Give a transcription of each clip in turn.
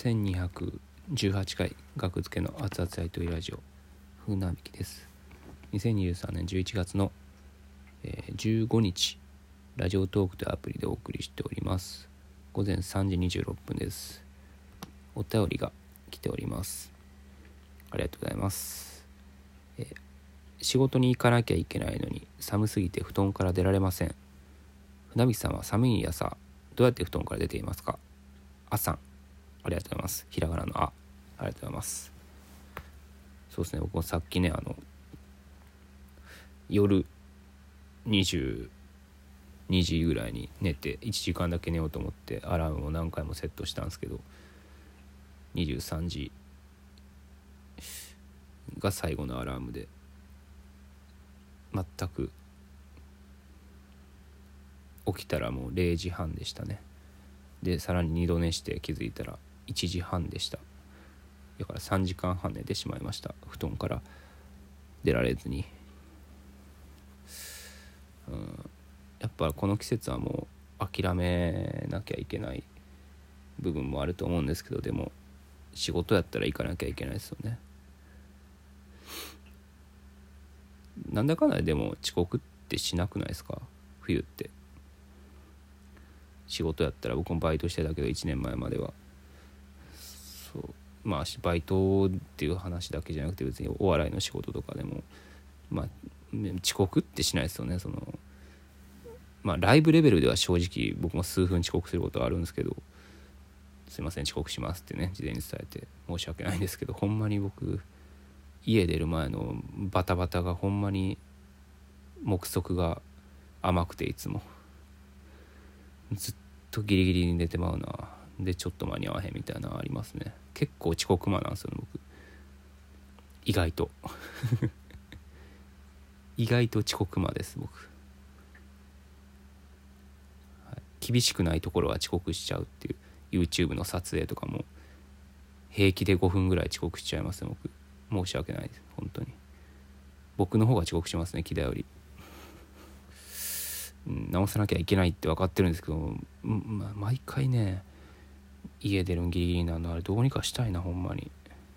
1218回学付けの熱々やりとりラジオ風なびきです。2023年11月の、15日ラジオトークというアプリでお送りしております。午前3時26分です。お便りが来ております。ありがとうございます。仕事に行かなきゃいけないのに寒すぎて布団から出られません。船引さんは寒い朝どうやって布団から出ていますか？あさん、ありがとうございます。ひらがなのありがとうございます。そうですね、僕もさっきね夜22時ぐらいに寝て1時間だけ寝ようと思ってアラームを何回もセットしたんですけど、23時が最後のアラームで全く起きたらもう0時半でしたね。でさらに2度寝して気づいたら1時半でした。だから3時間半寝てしまいました。布団から出られずに、やっぱこの季節はもう諦めなきゃいけない部分もあると思うんですけど、でも仕事やったら行かなきゃいけないですよね。なんだかんだでも遅刻ってしなくないですか？冬って仕事やったら、僕もバイトしてたけど1年前まではそうまあバイトっていう話だけじゃなくて別にお笑いの仕事とかでも遅刻ってしないですよね。ライブレベルでは正直僕も数分遅刻することはあるんですけど、すいません遅刻しますってね事前に伝えて申し訳ないんですけど、ほんまに僕家出る前のバタバタがほんまに目測が甘くて、いつもずっとギリギリに寝てまうな。でちょっと間に合わへんみたいなのありますね。結構遅刻魔なんですよね僕、意外と意外と遅刻魔です僕、厳しくないところは遅刻しちゃうっていう YouTube の撮影とかも平気で5分ぐらい遅刻しちゃいますね僕。申し訳ないです本当に。僕の方が遅刻しますね木田より。直さなきゃいけないって分かってるんですけど、毎回ね家出るんギリギリになるのあれどうにかしたいなほんまに。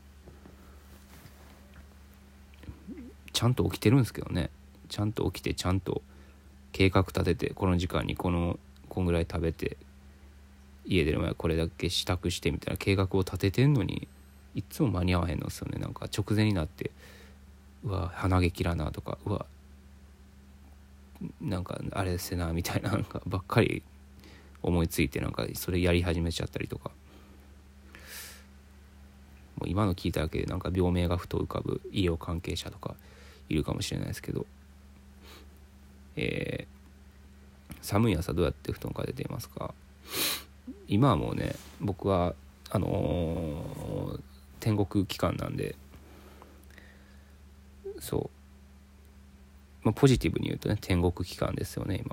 ちゃんと起きてるんですけどね、ちゃんと起きてちゃんと計画立ててこの時間にこんぐらい食べて家出る前これだけ支度してみたいな計画を立ててんのにいつも間に合わへんのですよね。なんか直前になってうわ鼻毛切らなとか、うわなんかあれせなみたいな、なんかばっかり思いついてなんかそれやり始めちゃったりとか、もう今の聞いただけでなんか病名がふと浮かぶ医療関係者とかいるかもしれないですけど、寒い朝どうやって布団から出ていますか？今はもうね僕は天国期間なんで、ポジティブに言うとね天国期間ですよね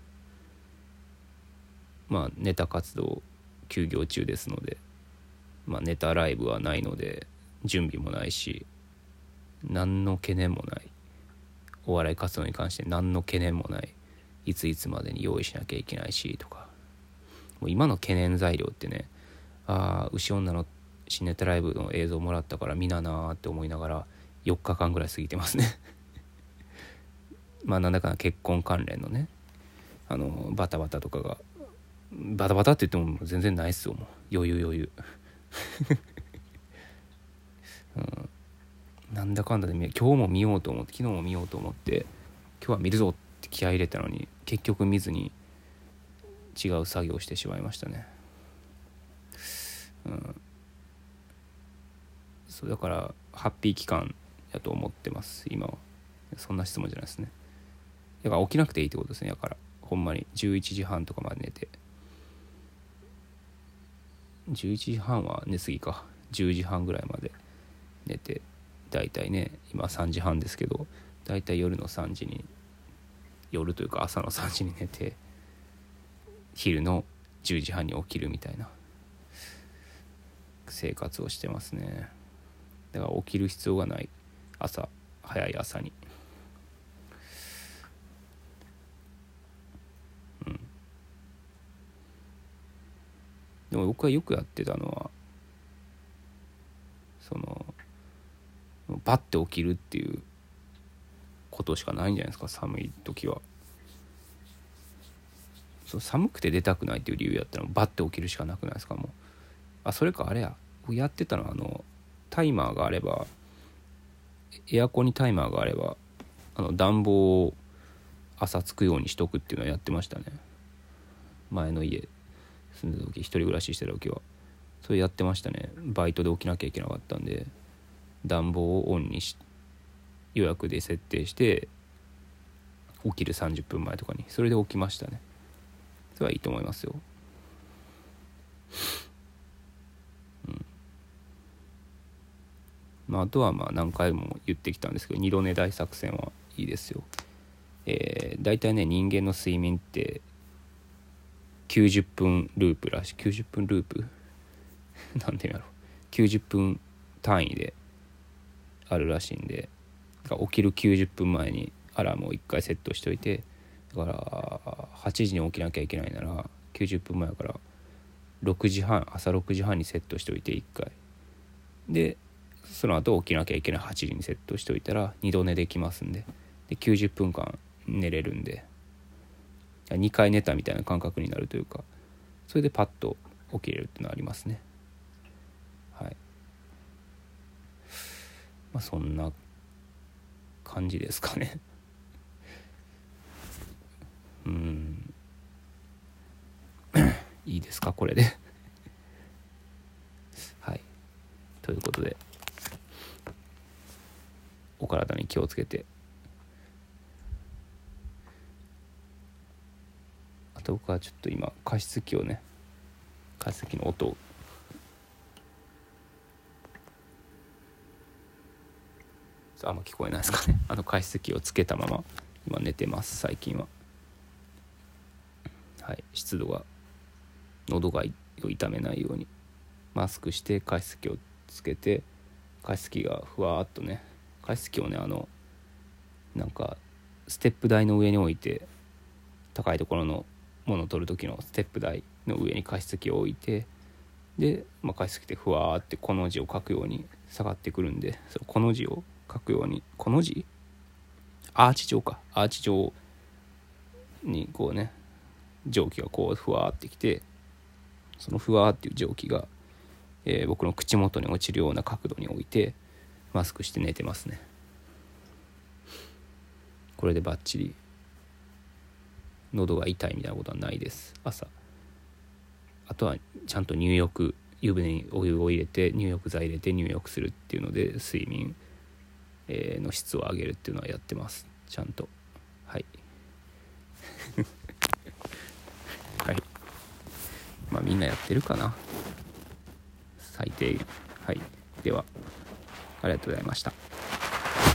今。ネタ活動休業中ですので、ネタライブはないので準備もないし何の懸念もない、お笑い活動に関して何の懸念もない、いついつまでに用意しなきゃいけないしとか、もう今の懸念材料ってね、牛女の新ネタライブの映像もらったから見ななって思いながら4日間ぐらい過ぎてますねなんだかな結婚関連のねバタバタとかが、バタバタって言っても全然ないっすよ、もう余裕なんだかんだで今日も見ようと思って昨日も見ようと思って今日は見るぞって気合い入れたのに結局見ずに違う作業をしてしまいましたね。そうだからハッピー期間やと思ってます今は。そんな質問じゃないですね。だから起きなくていいってことですね。だからほんまに11時半とかまで寝て、11時半は寝すぎか、10時半ぐらいまで寝て、だいたいね今3時半ですけど、だいたい夜の3時に、夜というか朝の3時に寝て昼の10時半に起きるみたいな生活をしてますね。だから起きる必要がない、早い朝に。でも僕がよくやってたのはバッて起きるっていうことしかないんじゃないですか、寒い時は。寒くて出たくないっていう理由やったらバッて起きるしかなくないですか。もうそれかあれやってたのはタイマーがあれば、エアコンにタイマーがあれば暖房を朝つくようにしとくっていうのはやってましたね。前の家住んでた時、一人暮らししてた時はそれやってましたね。バイトで起きなきゃいけなかったんで、暖房をオンに予約で設定して起きる30分前とかにそれで起きましたね。それはいいと思いますよ。あとは何回も言ってきたんですけど、二度寝大作戦はいいですよ。だいたいね、人間の睡眠って90分ループらしい。90分ループなんていうのやろ、90分単位であるらしいんで、起きる90分前にアラームを1回セットしといて、だから8時に起きなきゃいけないなら90分前から朝6時半にセットしといて1回で、その後起きなきゃいけない8時にセットしといたら2度寝できますんで、90分間寝れるんで、2回寝たみたいな感覚になるというか、それでパッと起きれるっていうのはありますね。はい。そんな感じですかね。いいですかこれではい、ということでお体に気をつけて、あと僕はちょっと今加湿器の音をあんま聞こえないですかね。加湿器をつけたまま今寝てます最近は。はい、湿度が喉が痛めないようにマスクして加湿器をつけて、加湿器がふわーっとね、加湿器をねなんかステップ台の上に置いて、高いところのものを取る時のステップ台の上に加湿器を置いて、で、加湿器でふわーってこの字を書くように下がってくるんで、そのこの字を書くように、この字アーチ状にこうね、蒸気がこうふわーってきて、そのふわーっていう蒸気が、僕の口元に落ちるような角度に置いてマスクして寝てますね。これでバッチリ喉が痛いみたいなことはないです。朝あとはちゃんと入浴、湯船にお湯を入れて入浴剤入れて入浴するっていうので睡眠の質を上げるっていうのはやってますちゃんと。はいはいみんなやってるかな最低限。はい、ではありがとうございました。